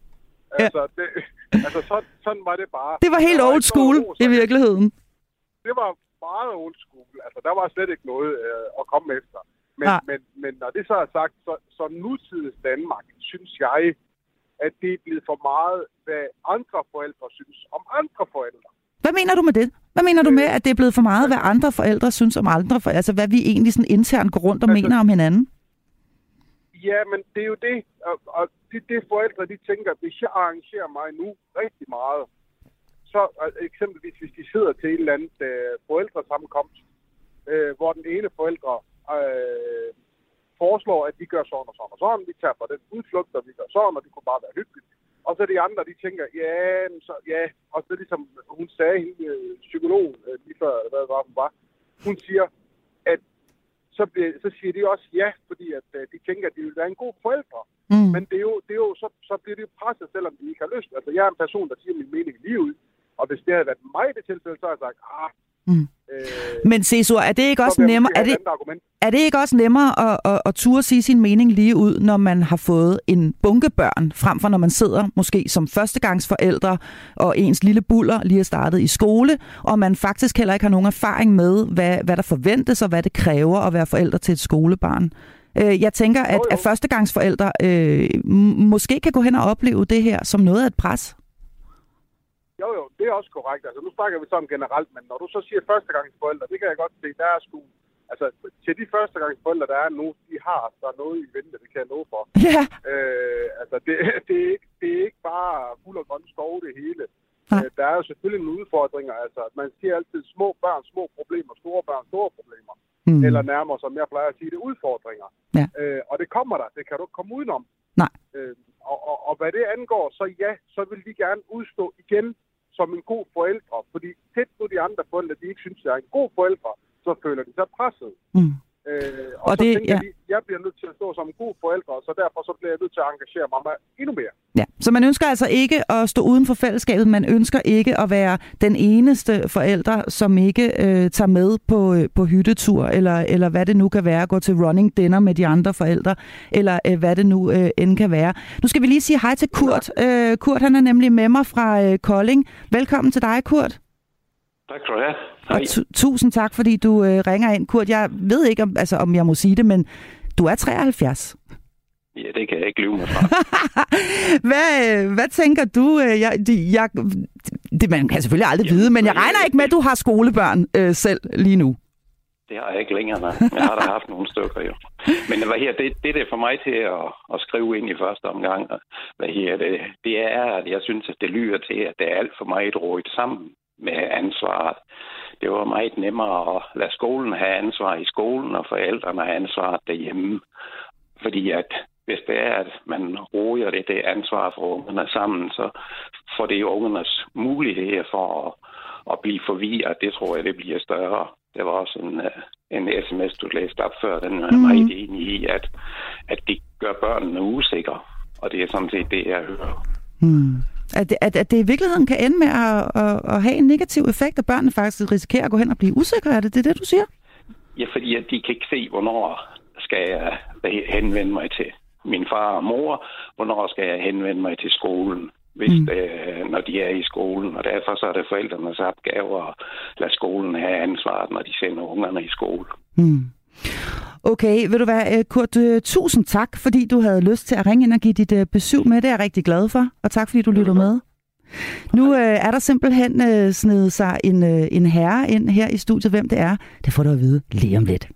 Sådan var det bare. Det var helt old school i virkeligheden. Det var meget old school. Altså, der var slet ikke noget at komme efter. Men når det så er sagt, så nutids Danmark, synes jeg, at det er blevet for meget, hvad andre forældre synes om andre forældre. Hvad mener du med det? Hvad mener du med, at det er blevet for meget, hvad andre forældre synes om andre forældre? Altså, hvad vi egentlig sådan internt går rundt og mener om hinanden? Ja, men det er jo det. Og det forældre, de tænker, hvis jeg arrangerer mig nu rigtig meget, så eksempelvis, hvis de sidder til et eller andet forældresammenkomst, hvor den ene forældre foreslår, at vi gør sådan og sådan og sådan, vi tager på den udflugt, og vi gør sådan, og det kunne bare være hyggeligt. Og så de andre, de tænker, ja, og så ligesom hun sagde, hende psykolog, lige før, hvad hun var, hun siger, at så siger de også ja, fordi at de tænker, at de vil være en god forældre. Men det er jo så bliver det jo presset, selvom de ikke har lyst. Altså, jeg er en person, der siger min mening lige ud, og hvis det havde været mig i det tilfælde, så har jeg sagt, men Cesur, er det ikke også nemmere? Er det ikke også nemmere at turde sige sin mening lige ud, når man har fået en bunke børn, frem for når man sidder måske som førstegangsforældre, og ens lille buller lige er startet i skole, og man faktisk heller ikke har nogen erfaring med, hvad der forventes, og hvad det kræver at være forældre til et skolebarn? Jeg tænker, at førstegangsforældre måske kan gå hen og opleve det her som noget af et pres. Jo, det er også korrekt. Altså, nu snakker vi sådan generelt, men når du så siger førstegangsforældre, det kan jeg godt se, der er sgu... Altså, til de førstegangsforældre, der er nu, der er noget i vente, det kan jeg love for. Ja. Altså, det er ikke bare fuld og grøn skov, det hele. Der er jo selvfølgelig nogle udfordringer. Altså, man siger altid små børn, små problemer, store børn, store problemer. Eller nærmere, som jeg plejer at sige, det er udfordringer. Ja. Og det kommer der. Det kan du ikke komme udenom. Nej. Og hvad det angår, så vil de gerne udstå igen som en god forældre. Fordi tæt på de andre forældre, de ikke synes, jeg er en god forældre, så føler de sig presset. Og så tænker de, jeg bliver nødt til at stå som en god forældre, så derfor så bliver jeg nødt til at engagere mig endnu mere. Ja, så man ønsker altså ikke at stå uden for fællesskabet, man ønsker ikke at være den eneste forælder, som ikke tager med på hyttetur, eller hvad det nu kan være, gå til running dinner med de andre forældre, eller hvad det nu end kan være. Nu skal vi lige sige hej til Kurt. Kurt, han er nemlig med mig fra Kolding. Velkommen til dig, Kurt. Tak skal du have. Og tusind tak, fordi du ringer ind. Kurt, jeg ved ikke, om jeg må sige det, men du er 73. Ja, det kan jeg ikke lyve mig fra. Hvad tænker du? Man kan selvfølgelig aldrig vide, men jeg regner ikke med, at du har skolebørn selv lige nu. Det har jeg ikke længere, nej. Jeg har da haft nogle stykker, jo. Men det er for mig til at skrive ind i første omgang. Det er, at jeg synes, at det lyder til, at det er alt for meget rodet sammen med ansvaret. Det var meget nemmere at lade skolen have ansvar i skolen, og forældrene have ansvaret derhjemme. Fordi at hvis det er, at man roder det ansvar for ungerne sammen, så får det ungernes mulighed for at blive forvirret. Det tror jeg, det bliver større. Det var også en sms, du læste op før. Den er meget enig i, at det gør børnene usikre. Og det er sådan set det, jeg hører. At det i virkeligheden kan ende med at have en negativ effekt, at børnene faktisk risikerer at gå hen og blive usikre. Er det det, du siger? Ja, fordi at de kan ikke se, hvornår skal jeg henvende mig til min far og mor, hvornår skal jeg henvende mig til skolen, når de er i skolen. Og derfor så er det forældrenes opgave at lade skolen have ansvaret, når de sender ungerne i skole. Okay, ved du hvad, Kurt, tusind tak, fordi du havde lyst til at ringe ind og give dit besøg med. Det er jeg rigtig glad for, og tak fordi du lytter med. Nu er der simpelthen snedet sig en herre ind her i studiet. Hvem det er, det får du at vide lige om lidt.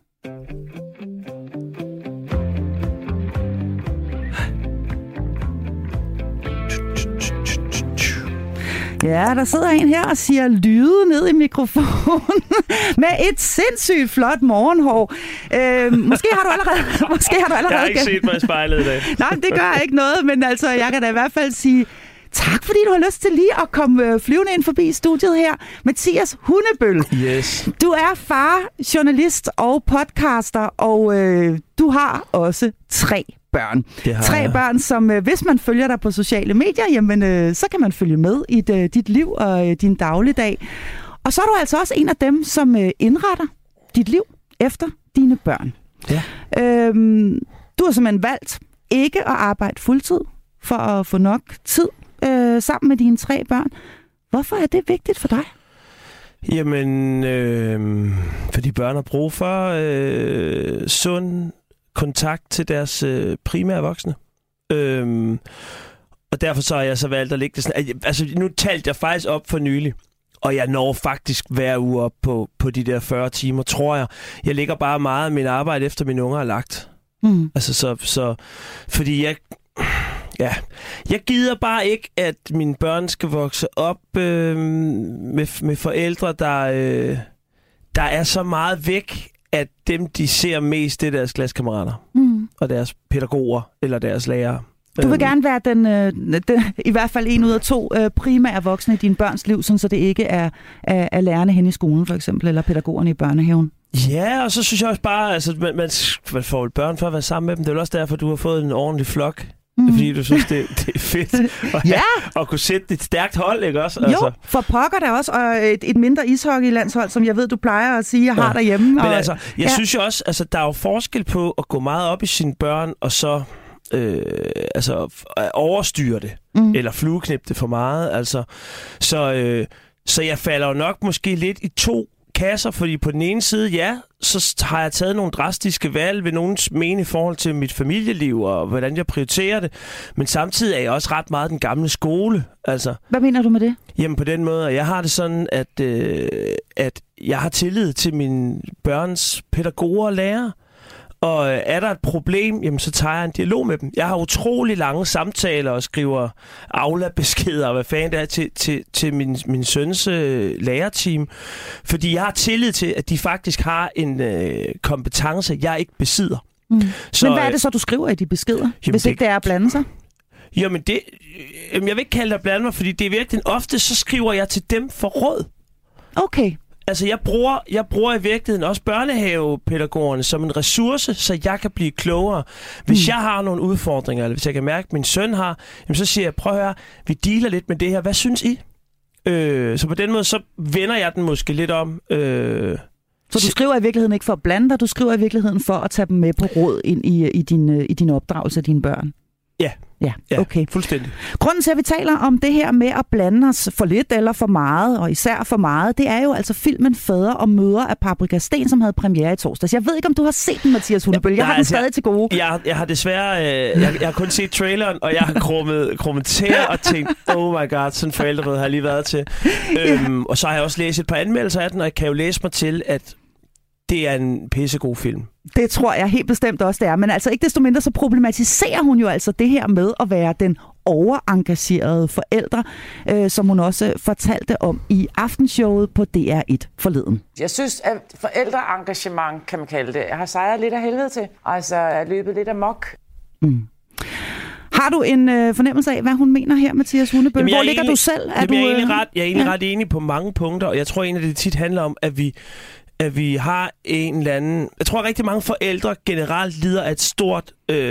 Ja, der sidder en her og siger lyde ned i mikrofonen med et sindssygt flot morgenhår. Måske har du allerede... Jeg har ikke set mig i spejlet i dag. Nej, det gør ikke noget, men altså, jeg kan da i hvert fald sige tak, fordi du har lyst til lige at komme flyvende ind forbi studiet her. Mathias Hundebøl. Yes. Du er far, journalist og podcaster, og du har også 3 børn. 3 børn, som hvis man følger dig på sociale medier, jamen så kan man følge med i dit liv og din dagligdag. Og så er du altså også en af dem, som indretter dit liv efter dine børn. Ja. Du har simpelthen valgt ikke at arbejde fuldtid for at få nok tid sammen med dine 3 børn. Hvorfor er det vigtigt for dig? Jamen, fordi børn har brug for sund kontakt til deres primære voksne. Og derfor så har jeg så valgt at lægge det sådan. Altså, nu talte jeg faktisk op for nylig, og jeg når faktisk hver uge op på de der 40 timer, tror jeg. Jeg lægger bare meget af min arbejde efter mine unger er lagt. Altså, så fordi jeg gider bare ikke, at mine børn skal vokse op med forældre, der er så meget væk, at dem, de ser mest, det er deres klassekammerater og deres pædagoger eller deres lærere. Du vil gerne være den i hvert fald 1 ud af 2 primære voksne i dine børns liv, sådan så det ikke er lærerne hen i skolen for eksempel, eller pædagogerne i børnehaven. Ja, og så synes jeg også bare, altså man får jo børn for at være sammen med dem. Det er jo også derfor, du har fået en ordentlig flok. Fordi du synes, det er fedt at kunne sætte et stærkt hold, ikke også? Altså. Jo, for pokker der også, og et mindre ishockeylandshold, som jeg ved, du plejer at sige, jeg har derhjemme. Men altså, jeg synes jo også, altså, der er jo forskel på at gå meget op i sine børn, og så overstyre det, eller flueknipte det for meget. Altså. Så jeg falder jo nok måske lidt i 2 kasser, fordi på den ene side, ja, så har jeg taget nogle drastiske valg ved nogens mene i forhold til mit familieliv og hvordan jeg prioriterer det. Men samtidig er jeg også ret meget den gamle skole. Altså, hvad mener du med det? Jamen på den måde, jeg har det sådan, at jeg har tillid til mine børns pædagoger og lærere. Og er der et problem, jamen, så tager jeg en dialog med dem. Jeg har utrolig lange samtaler og skriver Aula-beskeder og hvad fanden det er til min søns lærerteam. Fordi jeg har tillid til, at de faktisk har en kompetence, jeg ikke besidder. Mm. Så, men hvad er det så, du skriver i de beskeder, jamen, hvis ikke det er at blande sig? Jamen jeg vil ikke kalde det at blande mig, fordi det er virkelig ofte, så skriver jeg til dem for råd. Okay. Altså, jeg bruger i virkeligheden også børnehavepædagogerne som en ressource, så jeg kan blive klogere. Hvis jeg har nogle udfordringer, eller hvis jeg kan mærke, at min søn har, jamen, så siger jeg, prøv at høre, vi dealer lidt med det her. Hvad synes I? Så på den måde, så vender jeg den måske lidt om. Så du skriver i virkeligheden ikke for at blande dig, du skriver i virkeligheden for at tage dem med på råd ind i din opdragelse af dine børn? Ja, okay. Fuldstændig. Grunden til, at vi taler om det her med at blande os for lidt eller for meget, og især for meget, det er jo altså filmen Fader og mødre af Paprika Steen, som havde premiere i torsdags. Jeg ved ikke, om du har set den, Mathias Hundebøl. Jeg har den stadig til gode. Jeg har desværre... jeg har kun set traileren, og jeg har krummet og tænkt, oh my god, sådan forældremøde har jeg lige været til. Og så har jeg også læst et par anmeldelser af den, og jeg kan jo læse mig til, at det er en pissegod film. Det tror jeg helt bestemt også, det er. Men altså ikke desto mindre, så problematiserer hun jo altså det her med at være den overengagerede forældre, som hun også fortalte om i aftenshowet på DR1 forleden. Jeg synes, at forældreengagement, kan man kalde det, jeg har sejret lidt af helvede til. Altså, jeg er løbet lidt amok. Mm. Har du en fornemmelse af, hvad hun mener her, Mathias Hundebøl? Hvor ligger du selv? Jeg er egentlig ret enig på mange punkter, og jeg tror egentlig, at det tit handler om, at vi har en eller anden... Jeg tror, at rigtig mange forældre generelt lider af et stort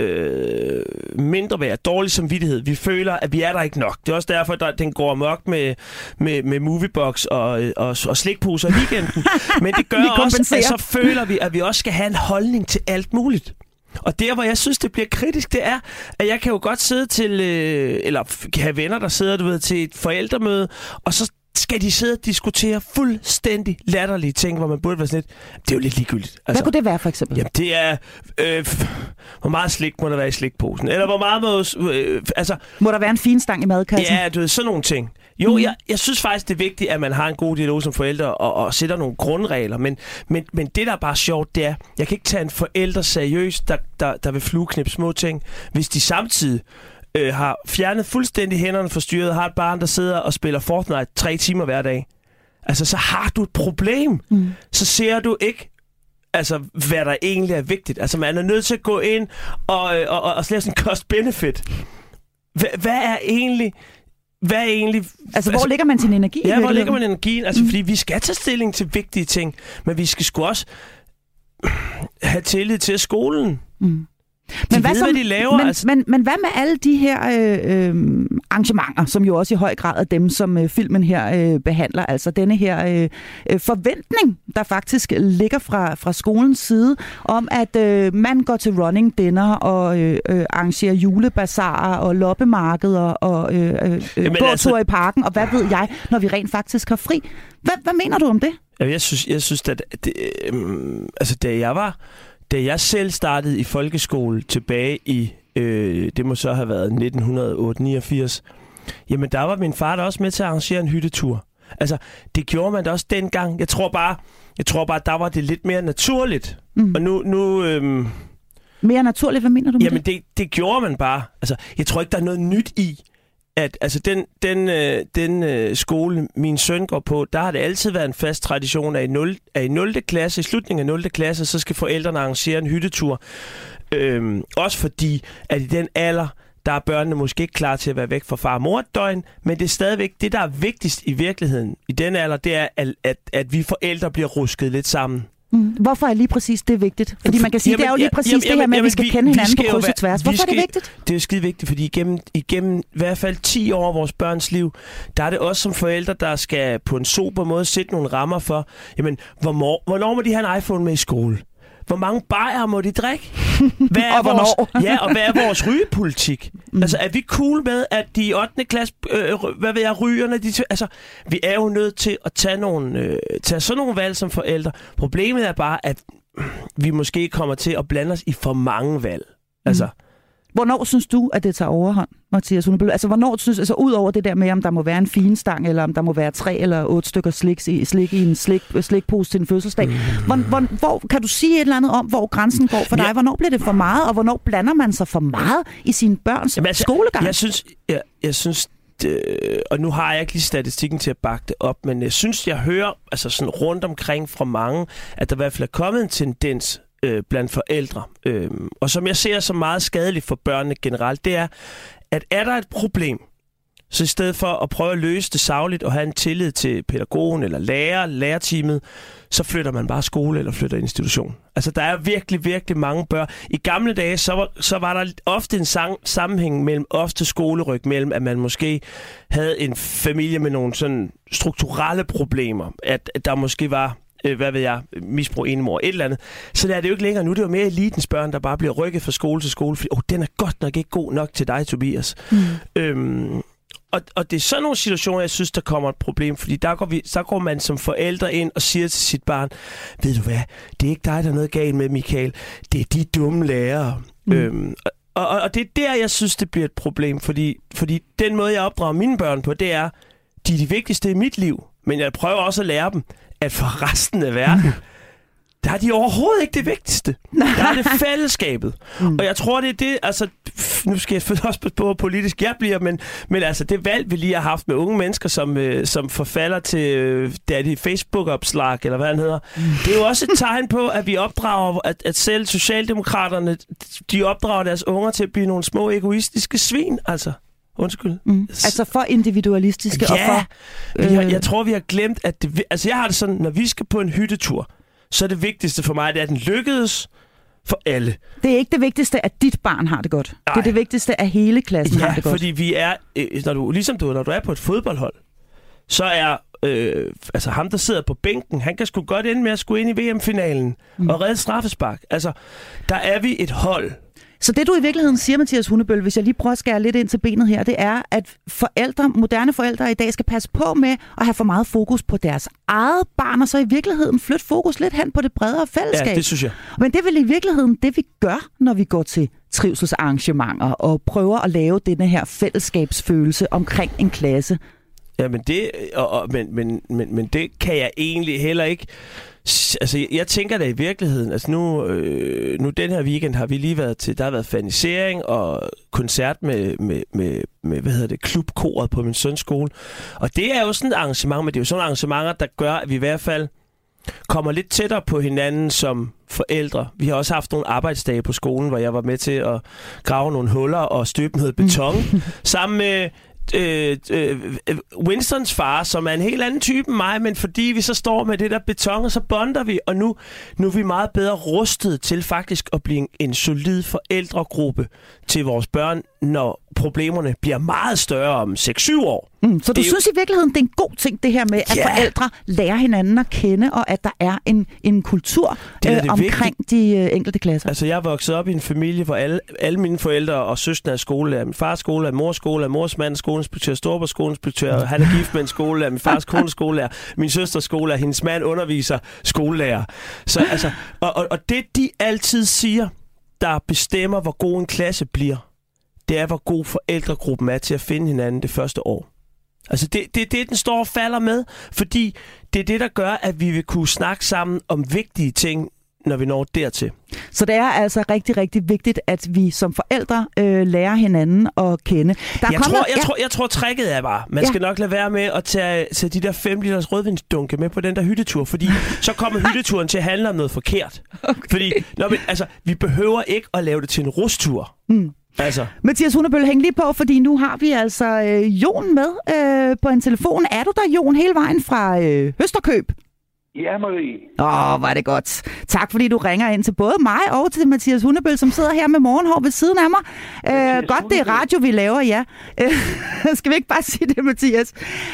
mindreværd, dårlig samvittighed. Vi føler, at vi er der ikke nok. Det er også derfor, at den går amok med Moviebox og slikposer i weekenden. Men det gør også, at så føler vi, at vi også skal have en holdning til alt muligt. Og der, hvor jeg synes, det bliver kritisk, det er, at jeg kan jo godt sidde til... eller have venner, der sidder til et forældremøde, og så skal de sidde og diskutere fuldstændig latterlige ting, hvor man burde være sådan lidt... Det er jo lidt ligegyldigt. Altså, hvad kunne det være, for eksempel? Jamen, det er... hvor meget slik må der være i slikposen? Eller hvor meget må... må der være en finstang i madkassen? Ja, du ved, sådan nogle ting. Jo, jeg synes faktisk, det er vigtigt, at man har en god dialog som forældre og sætter nogle grundregler. Men det, der er bare sjovt, det er... Jeg kan ikke tage en forælder seriøst, der vil flueknippe små ting, hvis de samtidig... har fjernet fuldstændig hænderne fra styret, har et barn, der sidder og spiller Fortnite 3 timer hver dag. Altså, så har du et problem. Så ser du ikke, altså, hvad der egentlig er vigtigt. Altså, man er nødt til at gå ind og slæve sådan en cost-benefit. Hvad er egentlig... Altså, hvor ligger man sin energi? Ja, hvor ligger man energien? Altså, fordi vi skal tage stilling til vigtige ting, men vi skal sgu også have tillid til skolen. Men hvad med alle de her arrangementer, som jo også i høj grad er dem, som filmen her behandler, altså denne her forventning, der faktisk ligger fra skolens side, om at man går til running dinner og arrangerer julebazarer og loppemarkeder og gåture i parken, og hvad ved jeg, når vi rent faktisk har fri. Hvad mener du om det? Jeg synes at da jeg selv startede i folkeskole tilbage i, det må så have været 1989, jamen der var min far der også med til at arrangere en hyttetur. Altså, det gjorde man da også dengang. Jeg tror bare, der var det lidt mere naturligt. Og nu mere naturligt, hvad mener du med det? Jamen, det gjorde man bare. Altså, jeg tror ikke, der er noget nyt i, at altså den skole, min søn går på, der har det altid været en fast tradition, at i 0. klasse, i slutningen af 0. klasse, så skal forældrene arrangere en hyttetur. Også fordi, at i den alder, der er børnene måske ikke klar til at være væk fra far og mor et døgn, men det er stadigvæk, det der er vigtigst i virkeligheden i den alder, det er, at vi forældre bliver rusket lidt sammen. Hvorfor er lige præcis det vigtigt? Fordi man kan sige, det er jo lige præcis det her med, at vi skal kende hinanden på kryds og tværs. Hvorfor er det vigtigt? Det er jo skide vigtigt, fordi igennem i hvert fald 10 år af vores børns liv, der er det også som forældre, der skal på en sober måde sætte nogle rammer for, jamen, hvornår må de have en iPhone med i skole? Hvor mange bajer må de drikke? Hvad er og hvad er vores rygepolitik? Altså, er vi cool med, at de 8. klasse, rygerne, altså, vi er jo nødt til at tage sådan nogle valg som forældre. Problemet er bare, at vi måske kommer til at blande os i for mange valg. Altså, hvornår synes du, at det tager overhånd, Mathias Hundebøl? Altså, hvornår synes, altså ud over det der med, om der må være en finstang, eller om der må være 3 eller 8 stykker slik i en slikpose til en fødselsdag. Hvor kan du sige et eller andet om, hvor grænsen går for dig? Hvornår bliver det for meget, og hvornår blander man sig for meget i sine børns skolegang? Jeg synes og nu har jeg ikke lige statistikken til at bakke det op, men jeg synes, jeg hører altså sådan rundt omkring fra mange, at der i hvert fald er kommet en tendens blandt forældre, og som jeg ser som meget skadeligt for børnene generelt, det er, at er der et problem, så i stedet for at prøve at løse det sagligt og have en tillid til pædagogen eller lærerteamet, så flytter man bare skole eller flytter institution. Altså, der er virkelig, virkelig mange børn. I gamle dage, så var der ofte en sammenhæng mellem ofte skoleryg, mellem at man måske havde en familie med nogle sådan strukturelle problemer, at der måske var misbrug enemor, et eller andet. Så er det jo ikke længere. Nu er det jo mere elitens børn, der bare bliver rykket fra skole til skole, fordi den er godt nok ikke god nok til dig, Tobias. Og det er sådan nogle situationer, jeg synes, der kommer et problem, fordi så går man som forældre ind og siger til sit barn, ved du hvad, det er ikke dig, der er noget galt med, Michael. Det er de dumme lærere. Og det er der, jeg synes, det bliver et problem, fordi den måde, jeg opdrager mine børn på, det er, de er de vigtigste i mit liv, men jeg prøver også at lære dem, at for resten af verden, der er de overhovedet ikke det vigtigste. Der er det fællesskabet. Og jeg tror, det er det, altså, nu skal jeg også på politisk, jeg bliver, men altså, det valg, vi lige har haft med unge mennesker, som forfalder til det Facebook-opslag, eller hvad han hedder, det er jo også et tegn på, at vi opdrager, at selv Socialdemokraterne, de opdrager deres unger til at blive nogle små egoistiske svin, altså. Undskyld. Altså for individualistiske og for... Jeg tror, vi har glemt, at jeg har det sådan, når vi skal på en hyttetur, så er det vigtigste for mig, at den lykkedes for alle. Det er ikke det vigtigste, at dit barn har det godt. Nej. Det er det vigtigste, at hele klassen har det godt. Fordi vi er, når du er på et fodboldhold, så er ham, der sidder på bænken, han kan sgu godt ende med at skulle ind i VM-finalen og redde straffespark. Altså, der er vi et hold. Så det, du i virkeligheden siger, Mathias Hundebøl, hvis jeg lige prøver at skære lidt ind til benet her, det er, at moderne forældre i dag skal passe på med at have for meget fokus på deres eget barn, og så i virkeligheden flytte fokus lidt hen på det bredere fællesskab. Ja, det synes jeg. Men det er vel i virkeligheden det, vi gør, når vi går til trivselsarrangementer og prøver at lave denne her fællesskabsfølelse omkring en klasse. Ja, men det kan jeg egentlig heller ikke. Altså, jeg tænker da i virkeligheden, altså nu den her weekend har vi lige været til, der har været fanisering og koncert med klubkoret på min søns skole. Og det er jo sådan et arrangement, men det er jo sådan arrangementer, der gør, at vi i hvert fald kommer lidt tættere på hinanden som forældre. Vi har også haft nogle arbejdsdage på skolen, hvor jeg var med til at grave nogle huller og støbe noget beton, sammen med Winstons far, som er en helt anden type end mig, men fordi vi så står med det der beton, og så bonder vi, og nu er vi meget bedre rustet til faktisk at blive en solid forældregruppe til vores børn, når problemerne bliver meget større om 6-7 år. Så du synes i virkeligheden, det er en god ting, det her med, at forældre lærer hinanden at kende, og at der er en kultur omkring de enkelte klasser? Altså, jeg er vokset op i en familie, hvor alle mine forældre og søstre er skolelærer. Min fars skolelærer, mors skolelærer, mors mand er skoleinspektør, storebrors skoleinspektør, han er gift med en skolelærer, min fars kone skolelærer, min søsters skolelærer, hendes mand underviser skolelærer. Så altså, og det de altid siger, der bestemmer, hvor god en klasse bliver, det er, hvor god forældregruppen er til at finde hinanden det første år. Altså, det er det, den står og falder med, fordi det er det, der gør, at vi vil kunne snakke sammen om vigtige ting, når vi når dertil. Så det er altså rigtig, rigtig vigtigt, at vi som forældre lærer hinanden at kende. Jeg tror tricket er bare, man skal nok lade være med at tage de der 5 liters rødvinsdunke med på den der hyttetur, fordi så kommer hytteturen til at handle om noget forkert. Okay. Fordi vi behøver ikke at lave det til en rustur. Altså. Mathias Hundebøl, hæng lige på, fordi nu har vi altså Jon med på en telefon. Er du der, Jon, hele vejen fra Høsterkøb? Ja, Marie. Hvor er det godt. Tak, fordi du ringer ind til både mig og til Mathias Hundebøl, som sidder her med morgenhår ved siden af mig. Godt, det er radio, vi laver, ja. Skal vi ikke bare sige det, Mathias?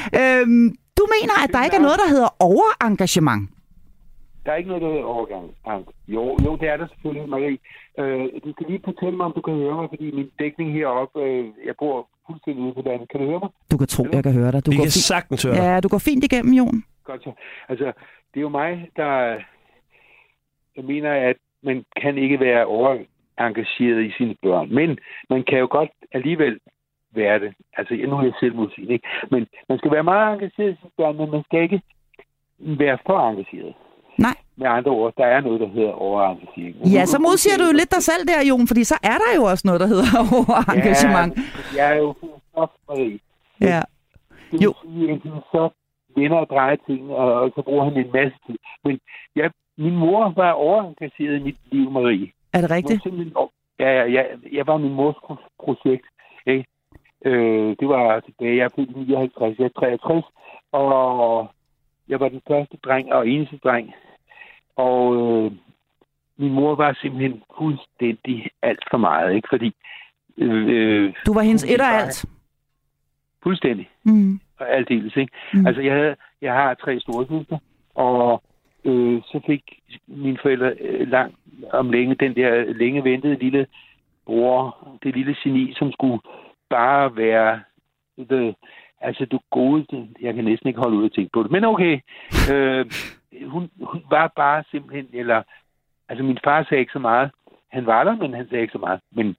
Du mener, at der ikke er noget, der hedder overengagement? Der er ikke noget, der hedder overgang. Jo, det er der selvfølgelig, Marie. Du skal lige fortælle mig, om du kan høre mig, fordi min dækning heroppe, jeg bor fuldstændig ude på landet. Kan du høre mig? Du kan tro, jeg kan høre dig. Vi kan sagtens høre dig. Ja, du går fint igennem, Jon. Godt så. Altså, det er jo mig, der jeg mener, at man kan ikke være overengageret i sine børn. Men man kan jo godt alligevel være det. Altså, nu er jeg selv musik, ikke? Men man skal være meget engageret i sine børn, men man skal ikke være for engageret. Nej. Med andre ord, der er noget, der hedder overengagering. Ja, så modsiger du jo lidt dig selv der, Jon, fordi så er der jo også noget, der hedder overengagement. Ja, jeg er jo fuldstændig Marie. Ja. Jo. Så vender og drejer ting, og så bruger han en masse tid. Men min mor var overengageret i mit liv, Marie. Er det rigtigt? Jeg var min mors projekt. Ikke? Det var tilbage, jeg er født i 59, jeg er 63, og jeg var den første dreng og eneste dreng. Og min mor var simpelthen fuldstændig alt for meget, ikke? Fordi... du var hendes et og alt? Fuldstændig. Og aldeles, ikke? Altså, jeg har 3 storesøstre, og så fik mine forældre langt om længe den der længe ventede lille bror, det lille geni, som skulle bare være du gode, jeg kan næsten ikke holde ud og tænke på det, men okay, hun var bare simpelthen, min far sagde ikke så meget, han var der, men han sagde ikke så meget, men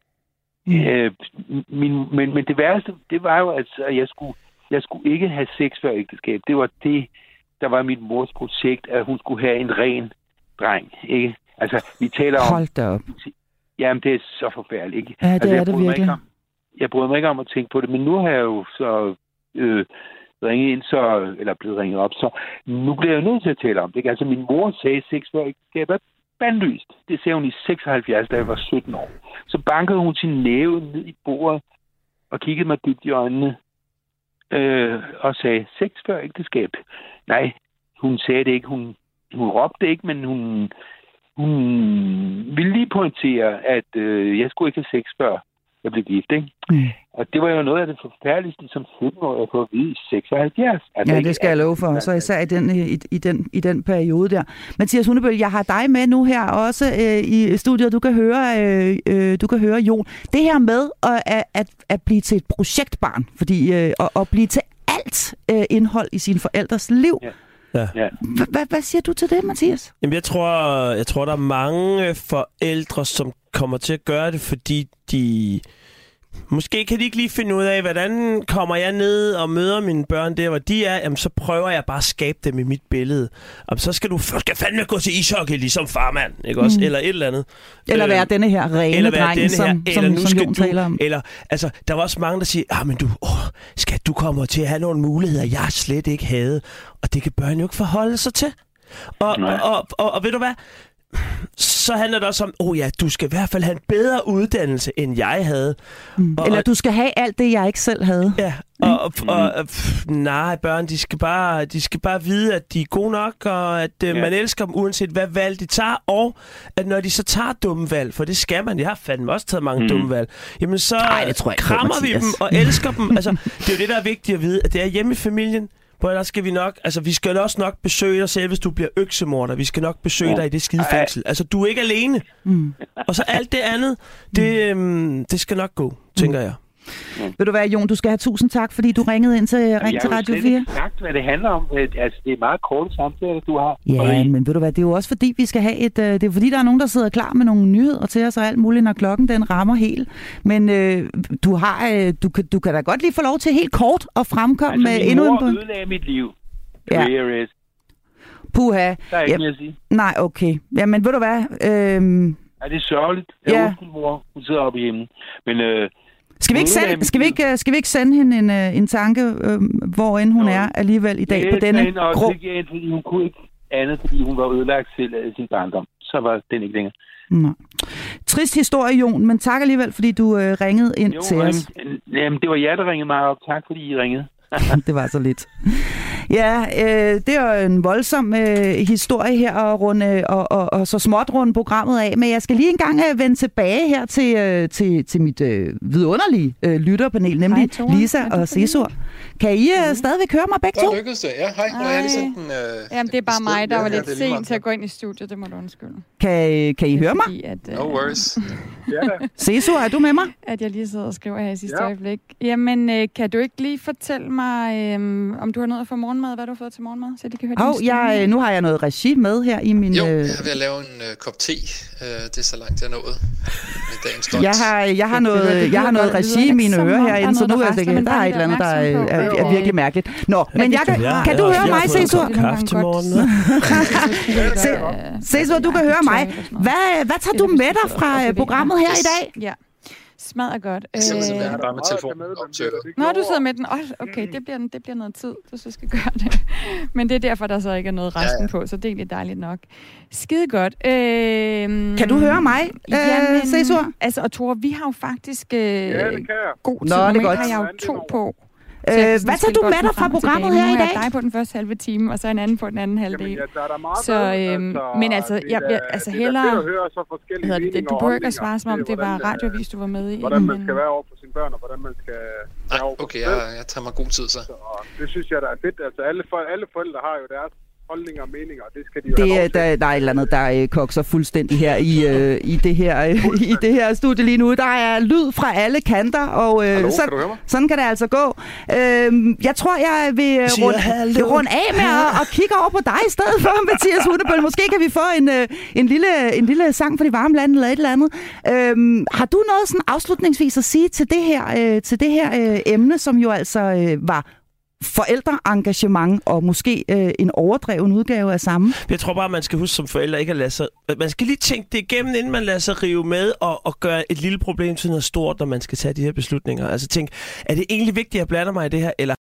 men det værste, det var jo, at jeg skulle ikke have sex før ægteskab. Det var det, der var mit mors projekt, at hun skulle have en ren dreng, ikke? Altså, vi taler om... Hold da op. Jamen, det er så forfærdeligt, ikke? Ja, det er det virkelig. Jeg bryder mig ikke om at tænke på det, men nu har jeg jo så ringet ind, eller blevet ringet op, så nu bliver jeg nødt til at tale om det, ikke? Altså, min mor sagde sex før ægteskab er bandlyst. Det sagde hun i 76, da jeg var 17 år. Så bankede hun sin næve ned i bordet og kiggede mig dybt i øjnene og sagde, sex før ægteskab. Nej, hun sagde det ikke. Hun råbte ikke, men hun ville lige pointere, at jeg skulle ikke have sex før jeg blev gift, ikke? Og det var jo noget af det forfærdeligste, som 17-årig at få at vide i 76. Ja, det skal jeg love for. Så især i den periode der. Mathias Hundebøl, jeg har dig med nu her også i studiet. Du kan høre Jon. Det her med at blive til et projektbarn, fordi at blive til alt indhold i sine forældres liv. Ja. Hvad siger du til det, Mathias? Jamen, jeg tror, der er mange forældre, som kommer til at gøre det, fordi de... Måske kan de ikke lige finde ud af, hvordan kommer jeg ned og møder mine børn der, hvor de er. Jamen, så prøver jeg bare at skabe dem i mit billede. Jamen, så skal du fandme gå til ishockey, ligesom farmand, ikke også? Eller et eller andet. Eller være denne her rene dreng, som Jon taler om. Eller, altså, der var også mange, der siger, men skal du komme til at have nogle muligheder, jeg slet ikke havde. Og det kan børn jo ikke forholde sig til. Og ved du hvad? Så handler det også om, du skal i hvert fald have en bedre uddannelse, end jeg havde. Eller du skal have alt det, jeg ikke selv havde. Ja, nej, børn, de skal bare vide, at de er gode nok, og at man elsker dem, uanset hvad valg de tager, og at når de så tager dumme valg, for det skal man, jeg har fandme også taget mange dumme valg, jamen så krammer vi dem og elsker dem. Altså, det er jo det, der er vigtigt at vide, at det er hjemme i familien. Der skal vi nok, vi skal også nok besøge dig selv, hvis du bliver øksemorder. Vi skal nok besøge dig i det skide fængsel. Altså, du er ikke alene. Og så alt det andet, det skal nok gå, tænker jeg. Ved du hvad, Jon, du skal have 1000 tak, fordi du ringede ind til Ring til Radio 4. Jeg har jo sagt, hvad det handler om. Altså, det er meget korte samtaler, du har. Ja, men ved du hvad, det er jo også fordi, vi skal have det er fordi, der er nogen, der sidder klar med nogle nyheder til os og alt muligt, når klokken den rammer helt. Men du kan da godt lige få lov til helt kort at fremkomme med endnu en... Altså, min mor ødelagde mit liv. Ja. Puha. Der er ikke mere at sige. Nej, okay. Jamen, ved du hvad... Ja, det er sørgeligt. Jeg undskyld, mor. Hun sidder oppe hjemme. Men... Skal vi ikke sende hende en tanke, hvor end hun er alligevel i dag på denne grå... Fordi hun kunne ikke andet, fordi hun var ødelagt selv af sin barndom. Så var den ikke længere. Nå. Trist historie, Jon, men tak alligevel, fordi du ringede ind til os. Jamen, det var jer, der ringede mig op. Tak, fordi I ringede. Det var så lidt. Ja, det er jo en voldsom historie her og så småt runde programmet af, men jeg skal lige engang vende tilbage her til mit vidunderlige lytterpanel, nemlig Lisa og Cesur. Kan I stadigvæk høre mig begge to? Så lykkedes det, ja. Hej. Jamen, det er bare mig, der var lidt sent til at gå ind i studiet, det må du undskylde. Kan I høre mig? No worries. Sesu, er du med mig? At jeg lige sidder og skriver her i sidste øjeblik. Jamen, kan du ikke lige fortælle mig, om du har noget at få morgenmad? Hvad du har fået til morgenmad? Så de kan høre nu har jeg noget regi med her i min... Jo, jeg er ved at lave en kop te. Det er så langt, jeg er nået med dagens stund. Jeg har noget regi i mine ører herinde, så nu er det, der er et eller andet, der er virkelig mærkeligt. Nå, men kan du høre mig, Sesu? Sesu, du kan høre mig. Hvad tager du med dig fra programmet her i dag? Ja. Smadret godt. Jeg er bare med telefonen optøvet. Nå, du sidder med den. Okay, det bliver noget tid, du så skal gøre det. Men det er derfor, der så ikke er noget resten på, så det er egentlig dejligt nok. Skide godt. Kan du høre mig, Sesu? Altså, og Tore, vi har jo faktisk god tid. Normalt har jeg jo 2 på. Hvad tager du med dig fra programmet her i dag? Jeg dig på den første halve time, og så en anden på den anden halvdel. Men altså, jeg bliver hellere... Du behøver ikke at svare, som om det var radioavis, du var med i. Hvordan man skal være over for sine børn, og hvordan man skal... Okay, jeg tager mig god tid så. Det synes jeg, der er fedt. Altså, alle forældre har jo deres holdninger og meninger, det skal de jo have lov til. Der er et eller andet, der kokser fuldstændig her i det her studie lige nu. Der er lyd fra alle kanter, og sådan kan det altså gå. Jeg tror, jeg vil runde af med at kigge over på dig i stedet for, Mathias Hundebøl. Måske kan vi få en lille sang for de varme lande eller et eller andet. Har du noget sådan afslutningsvis at sige til det her emne, som jo altså var forældreengagement og måske en overdreven udgave af samme? Jeg tror bare, man skal huske som forældre ikke at lade sig... Man skal lige tænke det igennem, inden man lader sig rive med og gøre et lille problem til noget stort, når man skal tage de her beslutninger. Altså tænk, er det egentlig vigtigt, at jeg blander mig i det her, eller